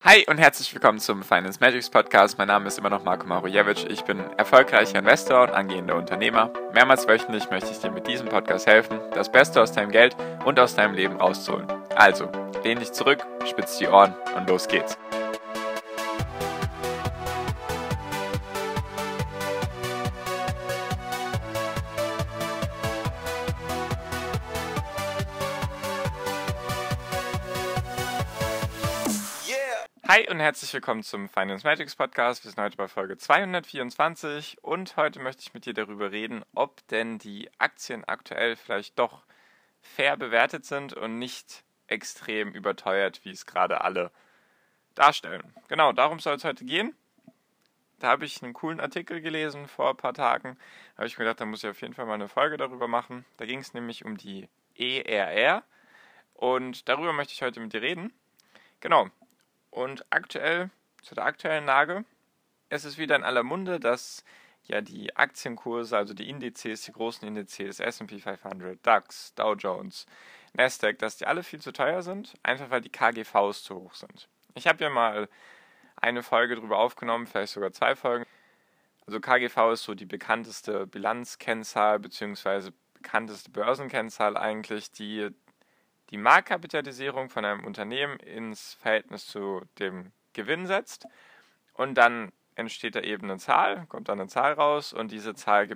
Hi und herzlich willkommen zum Finance Magics Podcast. Mein Name ist immer noch Marko Marujewicz. Ich bin erfolgreicher Investor und angehender Unternehmer. Mehrmals wöchentlich möchte ich dir mit diesem Podcast helfen, das Beste aus deinem Geld und aus deinem Leben rauszuholen. Also, lehn dich zurück, spitz die Ohren und los geht's. Hi und herzlich willkommen zum Finance Magics Podcast. Wir sind heute bei Folge 224 und heute möchte ich mit dir darüber reden, ob denn die Aktien aktuell vielleicht doch fair bewertet sind und nicht extrem überteuert, wie es gerade alle darstellen. Genau, darum soll es heute gehen. Da habe ich einen coolen Artikel gelesen vor ein paar Tagen. Da habe ich mir gedacht, da muss ich auf jeden Fall mal eine Folge darüber machen. Da ging es nämlich um die ERR und darüber möchte ich heute mit dir reden. Genau. Und zu der aktuellen Lage, es ist wieder in aller Munde, dass ja die Aktienkurse, also die Indizes, die großen Indizes, S&P 500, DAX, Dow Jones, Nasdaq, dass die alle viel zu teuer sind, einfach weil die KGVs zu hoch sind. Ich habe ja mal eine Folge darüber aufgenommen, vielleicht sogar 2 Folgen. Also KGV ist so die bekannteste Bilanzkennzahl bzw. bekannteste Börsenkennzahl eigentlich, die die Marktkapitalisierung von einem Unternehmen ins Verhältnis zu dem Gewinn setzt und dann entsteht da eben eine Zahl, kommt dann eine Zahl raus und diese Zahl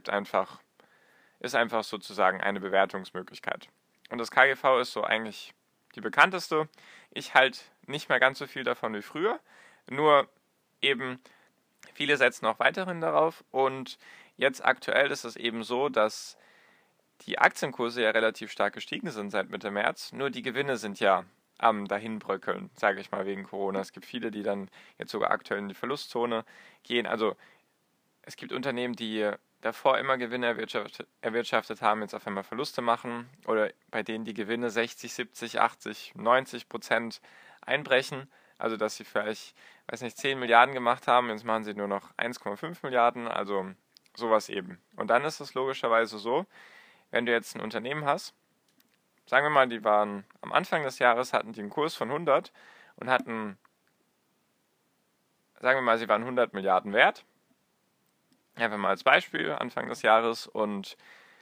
ist einfach sozusagen eine Bewertungsmöglichkeit. Und das KGV ist so eigentlich die bekannteste. Ich halte nicht mehr ganz so viel davon wie früher, nur eben viele setzen auch weiterhin darauf und jetzt aktuell ist es eben so, dass die Aktienkurse ja relativ stark gestiegen sind seit Mitte März, nur die Gewinne sind ja am Dahinbröckeln, sage ich mal, wegen Corona. Es gibt viele, die dann jetzt sogar aktuell in die Verlustzone gehen. Also es gibt Unternehmen, die davor immer Gewinne erwirtschaftet haben, jetzt auf einmal Verluste machen oder bei denen die Gewinne 60, 70, 80, 90% einbrechen. Also dass sie vielleicht, 10 Milliarden gemacht haben, jetzt machen sie nur noch 1,5 Milliarden, also sowas eben. Und dann ist es logischerweise so, wenn du jetzt ein Unternehmen hast, sagen wir mal, die waren am Anfang des Jahres, hatten die einen Kurs von 100 und hatten, sagen wir mal, sie waren 100 Milliarden wert, einfach mal als Beispiel, Anfang des Jahres und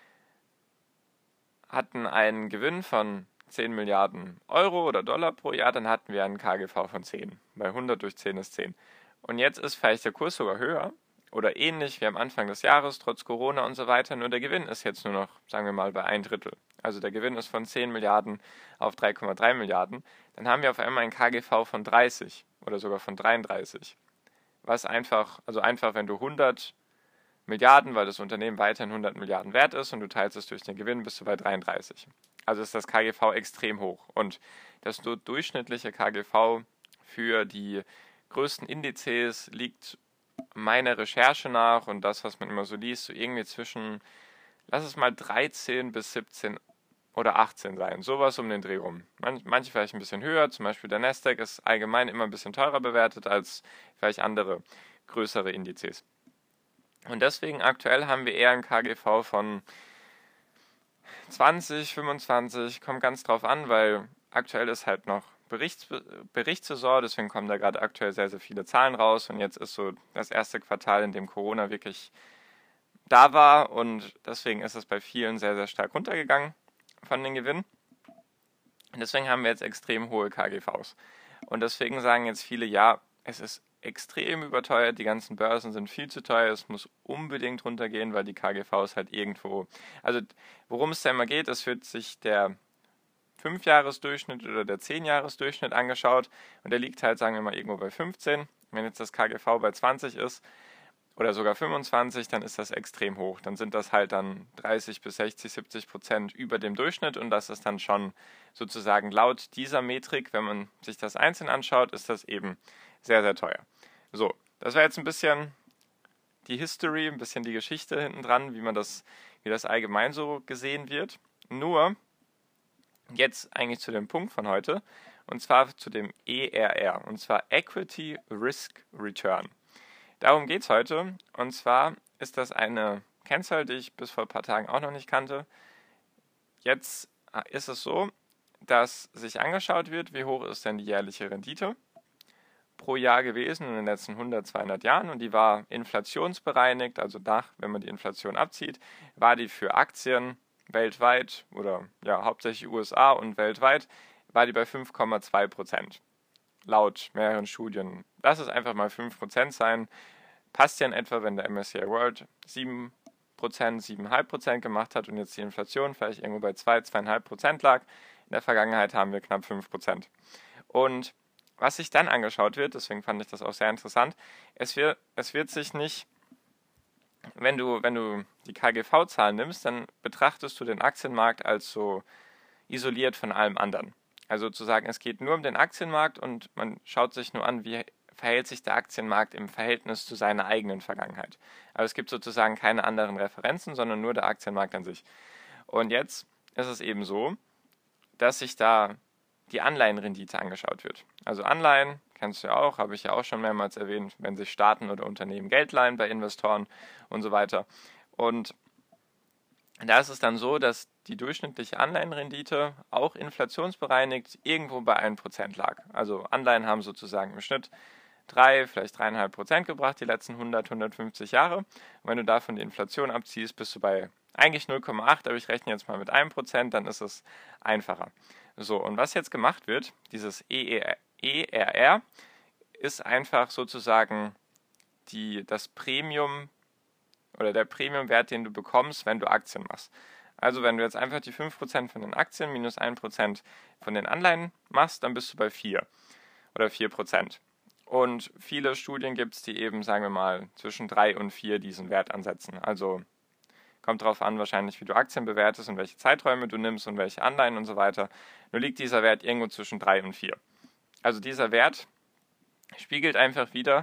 hatten einen Gewinn von 10 Milliarden Euro oder Dollar pro Jahr, dann hatten wir einen KGV von 10, weil 100 durch 10 ist 10. Und jetzt ist vielleicht der Kurs sogar höher oder ähnlich wie am Anfang des Jahres, trotz Corona und so weiter, nur der Gewinn ist jetzt nur noch, sagen wir mal, bei 1/3. Also der Gewinn ist von 10 Milliarden auf 3,3 Milliarden. Dann haben wir auf einmal ein KGV von 30 oder sogar von 33. Was einfach, wenn du 100 Milliarden, weil das Unternehmen weiterhin 100 Milliarden wert ist und du teilst es durch den Gewinn, bist du bei 33. Also ist das KGV extrem hoch. Und das durchschnittliche KGV für die größten Indizes liegt meiner Recherche nach und das, was man immer so liest, so irgendwie zwischen, lass es mal 13 bis 17 oder 18 sein. Sowas um den Dreh rum. Manche vielleicht ein bisschen höher, zum Beispiel der Nasdaq ist allgemein immer ein bisschen teurer bewertet als vielleicht andere größere Indizes. Und deswegen aktuell haben wir eher ein KGV von 20, 25, kommt ganz drauf an, weil aktuell ist halt noch Berichtssaison, deswegen kommen da gerade aktuell sehr, sehr viele Zahlen raus und jetzt ist so das erste Quartal, in dem Corona wirklich da war und deswegen ist es bei vielen sehr, sehr stark runtergegangen von den Gewinnen. Und deswegen haben wir jetzt extrem hohe KGVs. Und deswegen sagen jetzt viele, ja, es ist extrem überteuert, die ganzen Börsen sind viel zu teuer, es muss unbedingt runtergehen, weil die KGVs halt irgendwo, also worum es da immer geht, es wird sich der 5-Jahres-Durchschnitt oder der 10-Jahres-Durchschnitt angeschaut und der liegt halt, sagen wir mal, irgendwo bei 15. Wenn jetzt das KGV bei 20 ist oder sogar 25, dann ist das extrem hoch. Dann sind das halt dann 30 bis 60, 70% über dem Durchschnitt und das ist dann schon sozusagen laut dieser Metrik, wenn man sich das einzeln anschaut, ist das eben sehr, sehr teuer. So, das war jetzt ein bisschen die History, ein bisschen die Geschichte hinten dran, wie das allgemein so gesehen wird. Nur jetzt eigentlich zu dem Punkt von heute, und zwar zu dem ERR, und zwar Equity Risk Return. Darum geht es heute, und zwar ist das eine Kennzahl, die ich bis vor ein paar Tagen auch noch nicht kannte. Jetzt ist es so, dass sich angeschaut wird, wie hoch ist denn die jährliche Rendite pro Jahr gewesen in den letzten 100, 200 Jahren und die war inflationsbereinigt, also wenn man die Inflation abzieht, war die für Aktien weltweit oder ja hauptsächlich USA und weltweit, war die bei 5,2%. Laut mehreren Studien. Lass es einfach mal 5% sein. Passt ja in etwa, wenn der MSCI World 7%, 7,5% gemacht hat und jetzt die Inflation vielleicht irgendwo bei 2, 2,5% lag. In der Vergangenheit haben wir knapp 5%. Und was sich dann angeschaut wird, deswegen fand ich das auch sehr interessant, es wird sich nicht, wenn du die KGV-Zahlen nimmst, dann betrachtest du den Aktienmarkt als so isoliert von allem anderen. Also sozusagen, es geht nur um den Aktienmarkt und man schaut sich nur an, wie verhält sich der Aktienmarkt im Verhältnis zu seiner eigenen Vergangenheit. Aber es gibt sozusagen keine anderen Referenzen, sondern nur der Aktienmarkt an sich. Und jetzt ist es eben so, dass sich da die Anleihenrendite angeschaut wird. Also Anleihen, kennst du ja auch, habe ich ja auch schon mehrmals erwähnt, wenn sich Staaten oder Unternehmen Geld leihen bei Investoren und so weiter. Und da ist es dann so, dass die durchschnittliche Anleihenrendite auch inflationsbereinigt irgendwo bei 1% lag. Also Anleihen haben sozusagen im Schnitt 3, vielleicht 3,5% gebracht die letzten 100, 150 Jahre. Und wenn du davon die Inflation abziehst, bist du bei eigentlich 0,8, aber ich rechne jetzt mal mit 1%, dann ist es einfacher. So, und was jetzt gemacht wird, dieses ERR, ist einfach sozusagen das Premium oder der Premiumwert, den du bekommst, wenn du Aktien machst. Also wenn du jetzt einfach die 5% von den Aktien minus 1% von den Anleihen machst, dann bist du bei 4 oder 4%. Und viele Studien gibt es, die eben, sagen wir mal, zwischen 3 und 4 diesen Wert ansetzen. Also kommt darauf an, wahrscheinlich, wie du Aktien bewertest und welche Zeiträume du nimmst und welche Anleihen und so weiter. Nur liegt dieser Wert irgendwo zwischen 3 und 4. Also dieser Wert spiegelt einfach wieder,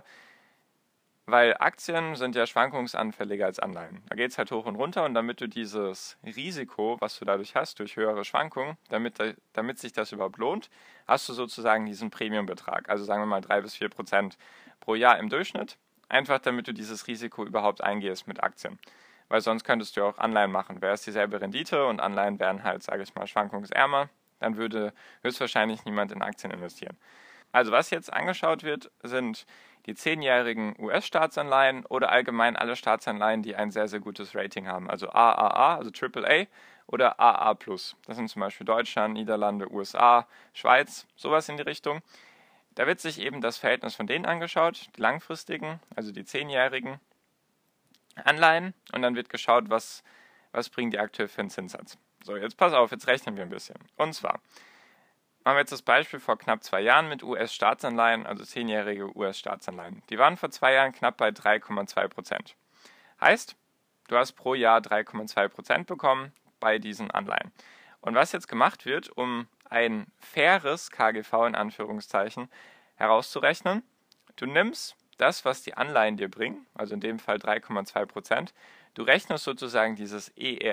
weil Aktien sind ja schwankungsanfälliger als Anleihen. Da geht es halt hoch und runter und damit du dieses Risiko, was du dadurch hast, durch höhere Schwankungen, damit sich das überhaupt lohnt, hast du sozusagen diesen Premiumbetrag. Also sagen wir mal 3 bis 4% pro Jahr im Durchschnitt. Einfach damit du dieses Risiko überhaupt eingehst mit Aktien. Weil sonst könntest du auch Anleihen machen. Wäre es dieselbe Rendite und Anleihen wären halt, sage ich mal, schwankungsärmer, dann würde höchstwahrscheinlich niemand in Aktien investieren. Also was jetzt angeschaut wird, sind die 10-jährigen US-Staatsanleihen oder allgemein alle Staatsanleihen, die ein sehr, sehr gutes Rating haben. Also AAA, also AAA oder AA+. Das sind zum Beispiel Deutschland, Niederlande, USA, Schweiz, sowas in die Richtung. Da wird sich eben das Verhältnis von denen angeschaut, die langfristigen, also die 10-jährigen Anleihen. Und dann wird geschaut, was bringen die aktuell für einen Zinssatz. So, jetzt pass auf, jetzt rechnen wir ein bisschen. Und zwar machen wir jetzt das Beispiel vor knapp 2 Jahren mit US-Staatsanleihen, also 10-jährige US-Staatsanleihen. Die waren vor 2 Jahren knapp bei 3,2%. Heißt, du hast pro Jahr 3,2% bekommen bei diesen Anleihen. Und was jetzt gemacht wird, um ein faires KGV in Anführungszeichen herauszurechnen, du nimmst das, was die Anleihen dir bringen, also in dem Fall 3,2%, du rechnest sozusagen dieses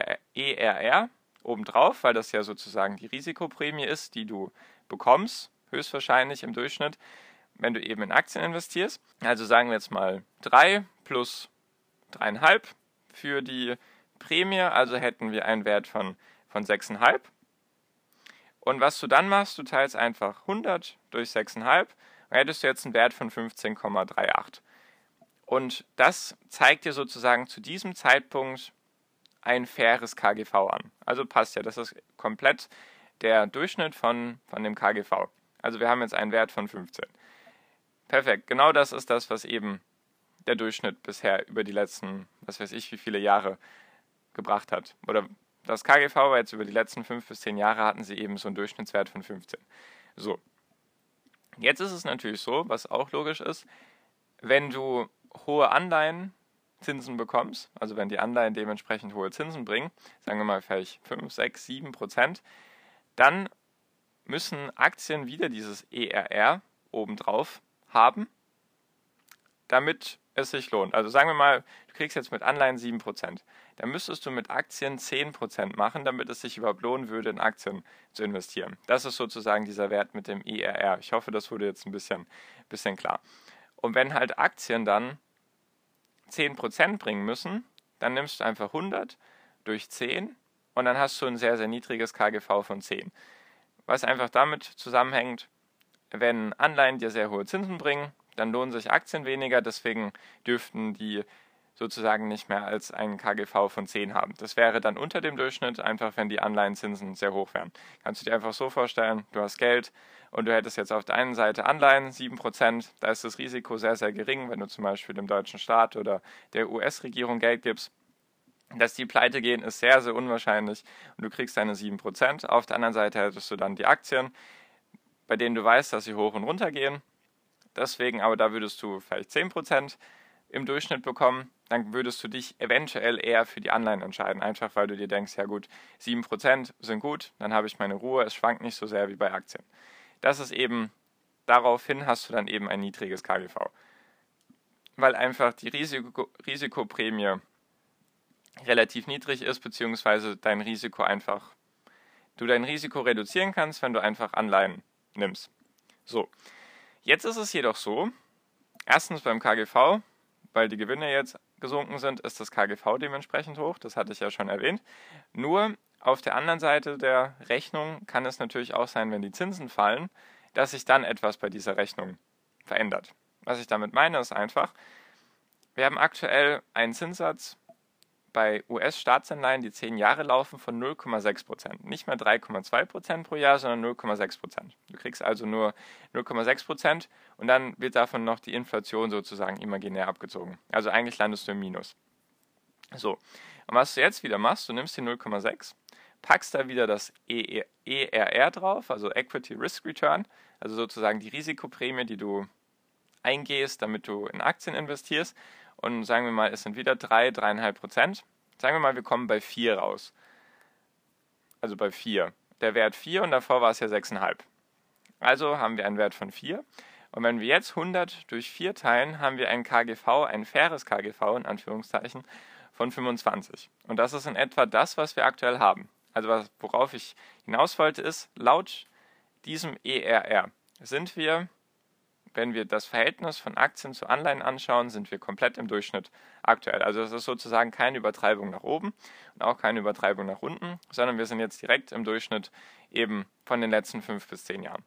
ERR obendrauf, weil das ja sozusagen die Risikoprämie ist, die du bekommst, höchstwahrscheinlich im Durchschnitt, wenn du eben in Aktien investierst. Also sagen wir jetzt mal 3 plus 3,5 für die Prämie, also hätten wir einen Wert von 6,5. Und was du dann machst, du teilst einfach 100 durch 6,5 und hättest du jetzt einen Wert von 15,38. Und das zeigt dir sozusagen zu diesem Zeitpunkt ein faires KGV an. Also passt ja, das ist komplett der Durchschnitt von dem KGV. Also wir haben jetzt einen Wert von 15. Perfekt, genau das ist das, was eben der Durchschnitt bisher über die letzten, was weiß ich, wie viele Jahre gebracht hat. Oder das KGV war jetzt über die letzten 5 bis 10 Jahre hatten sie eben so einen Durchschnittswert von 15. So, jetzt ist es natürlich so, was auch logisch ist, wenn du hohe Anleihenzinsen bekommst, also wenn die Anleihen dementsprechend hohe Zinsen bringen, sagen wir mal vielleicht 5, 6, 7%, dann müssen Aktien wieder dieses ERR obendrauf haben, damit es sich lohnt. Also sagen wir mal, du kriegst jetzt mit Anleihen 7%. Dann müsstest du mit Aktien 10% machen, damit es sich überhaupt lohnen würde, in Aktien zu investieren. Das ist sozusagen dieser Wert mit dem ERR. Ich hoffe, das wurde jetzt ein bisschen klar. Und wenn halt Aktien dann 10% bringen müssen, dann nimmst du einfach 100 durch 10 und dann hast du ein sehr, sehr niedriges KGV von 10. Was einfach damit zusammenhängt, wenn Anleihen dir sehr hohe Zinsen bringen, dann lohnen sich Aktien weniger, deswegen dürften die sozusagen nicht mehr als einen KGV von 10 haben. Das wäre dann unter dem Durchschnitt, einfach wenn die Anleihenzinsen sehr hoch wären. Kannst du dir einfach so vorstellen, du hast Geld und du hättest jetzt auf der einen Seite Anleihen, 7%, da ist das Risiko sehr, sehr gering, wenn du zum Beispiel dem deutschen Staat oder der US-Regierung Geld gibst. Dass die pleite gehen, ist sehr, sehr unwahrscheinlich und du kriegst deine 7%. Auf der anderen Seite hättest du dann die Aktien, bei denen du weißt, dass sie hoch und runter gehen. Deswegen, aber da würdest du vielleicht 10% im Durchschnitt bekommen, dann würdest du dich eventuell eher für die Anleihen entscheiden. Einfach weil du dir denkst, ja gut, 7% sind gut, dann habe ich meine Ruhe, es schwankt nicht so sehr wie bei Aktien. Das ist eben, daraufhin hast du dann eben ein niedriges KGV. Weil einfach die Risikoprämie relativ niedrig ist, beziehungsweise dein Risiko reduzieren kannst, wenn du einfach Anleihen nimmst. So, jetzt ist es jedoch so, erstens beim KGV, weil die Gewinne jetzt gesunken sind, ist das KGV dementsprechend hoch, das hatte ich ja schon erwähnt. Nur auf der anderen Seite der Rechnung kann es natürlich auch sein, wenn die Zinsen fallen, dass sich dann etwas bei dieser Rechnung verändert. Was ich damit meine, ist einfach, wir haben aktuell einen Zinssatz bei US-Staatsanleihen, die 10 Jahre laufen, von 0,6%. Nicht mehr 3,2% pro Jahr, sondern 0,6%. Du kriegst also nur 0,6% und dann wird davon noch die Inflation sozusagen imaginär abgezogen. Also eigentlich landest du im Minus. So, und was du jetzt wieder machst, du nimmst die 0,6, packst da wieder das ERR drauf, also Equity Risk Return, also sozusagen die Risikoprämie, die du eingehst, damit du in Aktien investierst. Und sagen wir mal, es sind wieder 3,5%. Sagen wir mal, wir kommen bei 4 raus. Also bei 4. Der Wert 4 und davor war es ja 6,5. Also haben wir einen Wert von 4. Und wenn wir jetzt 100 durch 4 teilen, haben wir ein KGV, ein faires KGV in Anführungszeichen, von 25. Und das ist in etwa das, was wir aktuell haben. Also worauf ich hinaus wollte, ist, laut diesem ERR sind wir, wenn wir das Verhältnis von Aktien zu Anleihen anschauen, sind wir komplett im Durchschnitt aktuell. Also es ist sozusagen keine Übertreibung nach oben und auch keine Übertreibung nach unten, sondern wir sind jetzt direkt im Durchschnitt eben von den letzten 5 bis 10 Jahren.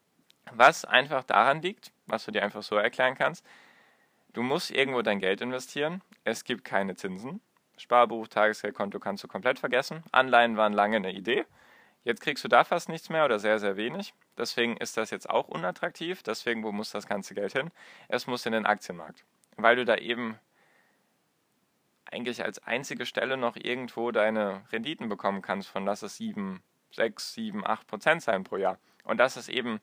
Was einfach daran liegt, was du dir einfach so erklären kannst, du musst irgendwo dein Geld investieren, es gibt keine Zinsen, Sparbuch, Tagesgeldkonto kannst du komplett vergessen, Anleihen waren lange eine Idee, jetzt kriegst du da fast nichts mehr oder sehr, sehr wenig. Deswegen ist das jetzt auch unattraktiv. Deswegen, wo muss das ganze Geld hin? Es muss in den Aktienmarkt. Weil du da eben eigentlich als einzige Stelle noch irgendwo deine Renditen bekommen kannst, von lass es 6, 7, 8% sein pro Jahr. Und das ist eben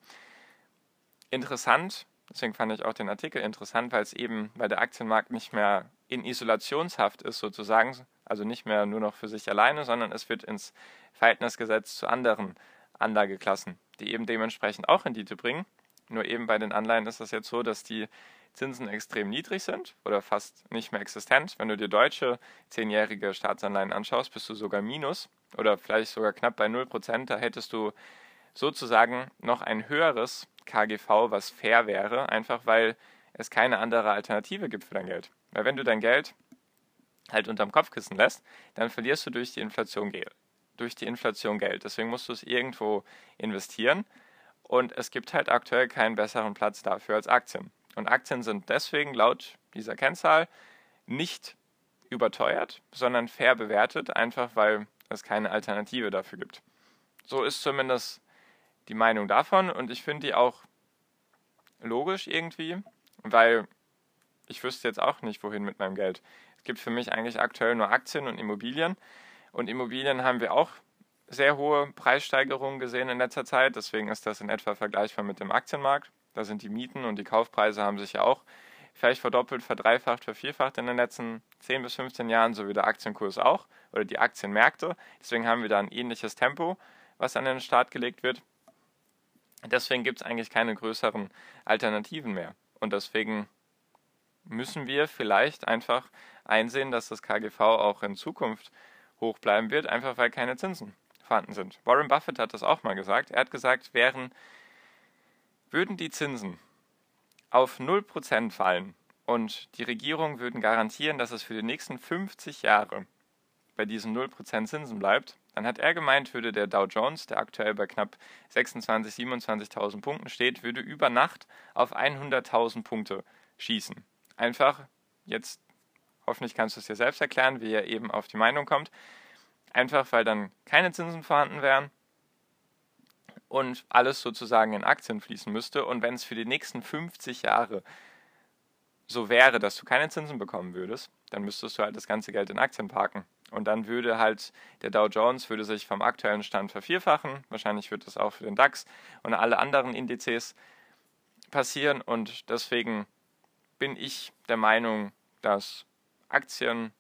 interessant. Deswegen fand ich auch den Artikel interessant, weil der Aktienmarkt nicht mehr in Isolationshaft ist sozusagen, also nicht mehr nur noch für sich alleine, sondern es wird ins Verhältnis gesetzt zu anderen Anlageklassen, die eben dementsprechend auch Rendite bringen. Nur eben bei den Anleihen ist es jetzt so, dass die Zinsen extrem niedrig sind oder fast nicht mehr existent. Wenn du dir deutsche 10-jährige Staatsanleihen anschaust, bist du sogar minus oder vielleicht sogar knapp bei 0%. Da hättest du sozusagen noch ein höheres KGV, was fair wäre, einfach weil es keine andere Alternative gibt für dein Geld. Weil wenn du dein Geld halt unterm Kopfkissen lässt, dann verlierst du durch die Inflation Geld. Deswegen musst du es irgendwo investieren und es gibt halt aktuell keinen besseren Platz dafür als Aktien. Und Aktien sind deswegen laut dieser Kennzahl nicht überteuert, sondern fair bewertet, einfach weil es keine Alternative dafür gibt. So ist zumindest die Meinung davon und ich finde die auch logisch irgendwie, weil ich wüsste jetzt auch nicht, wohin mit meinem Geld. Es gibt für mich eigentlich aktuell nur Aktien und Immobilien. Und Immobilien haben wir auch sehr hohe Preissteigerungen gesehen in letzter Zeit. Deswegen ist das in etwa vergleichbar mit dem Aktienmarkt. Da sind die Mieten und die Kaufpreise haben sich ja auch vielleicht verdoppelt, verdreifacht, vervierfacht in den letzten 10 bis 15 Jahren, so wie der Aktienkurs auch oder die Aktienmärkte. Deswegen haben wir da ein ähnliches Tempo, was an den Start gelegt wird. Deswegen gibt es eigentlich keine größeren Alternativen mehr. Und deswegen müssen wir vielleicht einfach einsehen, dass das KGV auch in Zukunft hoch bleiben wird, einfach weil keine Zinsen vorhanden sind. Warren Buffett hat das auch mal gesagt. Er hat gesagt, würden die Zinsen auf 0% fallen und die Regierung würden garantieren, dass es für die nächsten 50 Jahre bei diesen 0% Zinsen bleibt, Dann hat er gemeint, würde der Dow Jones, der aktuell bei knapp 26.000, 27.000 Punkten steht, würde über Nacht auf 100.000 Punkte schießen. Einfach, jetzt hoffentlich kannst du es dir selbst erklären, wie er eben auf die Meinung kommt. Einfach, weil dann keine Zinsen vorhanden wären und alles sozusagen in Aktien fließen müsste. Und wenn es für die nächsten 50 Jahre so wäre, dass du keine Zinsen bekommen würdest, dann müsstest du halt das ganze Geld in Aktien parken. Und dann würde halt der Dow Jones würde sich vom aktuellen Stand vervierfachen. Wahrscheinlich wird das auch für den DAX und alle anderen Indizes passieren. Und deswegen bin ich der Meinung, dass Aktien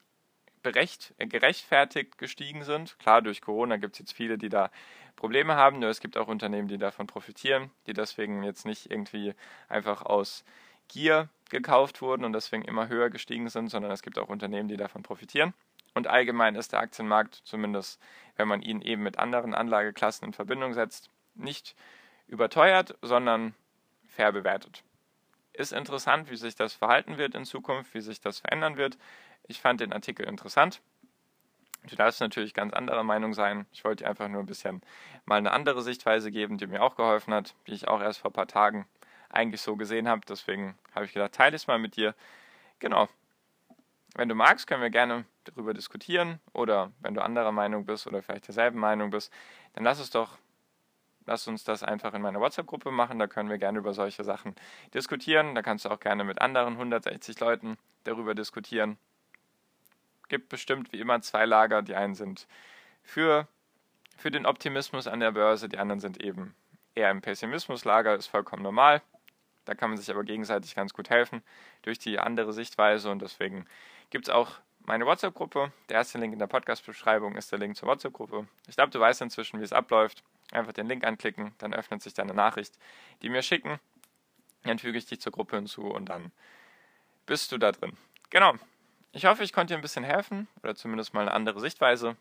gerechtfertigt gestiegen sind. Klar, durch Corona gibt es jetzt viele, die da Probleme haben, nur es gibt auch Unternehmen, die davon profitieren, die deswegen jetzt nicht irgendwie einfach aus Gier gekauft wurden und deswegen immer höher gestiegen sind, sondern es gibt auch Unternehmen, die davon profitieren. Und allgemein ist der Aktienmarkt, zumindest wenn man ihn eben mit anderen Anlageklassen in Verbindung setzt, nicht überteuert, sondern fair bewertet. Ist interessant, wie sich das verhalten wird in Zukunft, wie sich das verändern wird. Ich fand den Artikel interessant. Du darfst natürlich ganz anderer Meinung sein. Ich wollte dir einfach nur ein bisschen mal eine andere Sichtweise geben, die mir auch geholfen hat, die ich auch erst vor ein paar Tagen eigentlich so gesehen habe. Deswegen habe ich gedacht, teile es mal mit dir. Genau. Wenn du magst, können wir gerne darüber diskutieren. Oder wenn du anderer Meinung bist oder vielleicht derselben Meinung bist, dann lass uns das einfach in meiner WhatsApp-Gruppe machen. Da können wir gerne über solche Sachen diskutieren. Da kannst du auch gerne mit anderen 160 Leuten darüber diskutieren. Gibt bestimmt wie immer zwei Lager. Die einen sind für den Optimismus an der Börse, die anderen sind eben eher im Pessimismuslager, ist vollkommen normal. Da kann man sich aber gegenseitig ganz gut helfen durch die andere Sichtweise und deswegen gibt es auch meine WhatsApp-Gruppe. Der erste Link in der Podcast-Beschreibung ist der Link zur WhatsApp-Gruppe. Ich glaube, du weißt inzwischen, wie es abläuft. Einfach den Link anklicken, dann öffnet sich deine Nachricht, die mir schicken. Dann füge ich dich zur Gruppe hinzu und dann bist du da drin. Genau. Ich hoffe, ich konnte dir ein bisschen helfen oder zumindest mal eine andere Sichtweise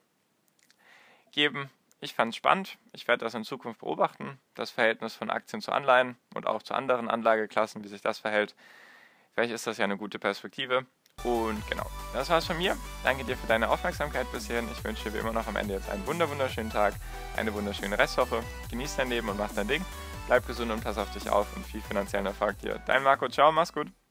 geben. Ich fand es spannend. Ich werde das in Zukunft beobachten, das Verhältnis von Aktien zu Anleihen und auch zu anderen Anlageklassen, wie sich das verhält. Vielleicht ist das ja eine gute Perspektive. Und genau, das war's von mir. Danke dir für deine Aufmerksamkeit bis hierhin. Ich wünsche dir wie immer noch am Ende jetzt einen wunderschönen Tag, eine wunderschöne Restwoche. Genieß dein Leben und mach dein Ding. Bleib gesund und pass auf dich auf und viel finanziellen Erfolg dir. Dein Marco, ciao, mach's gut.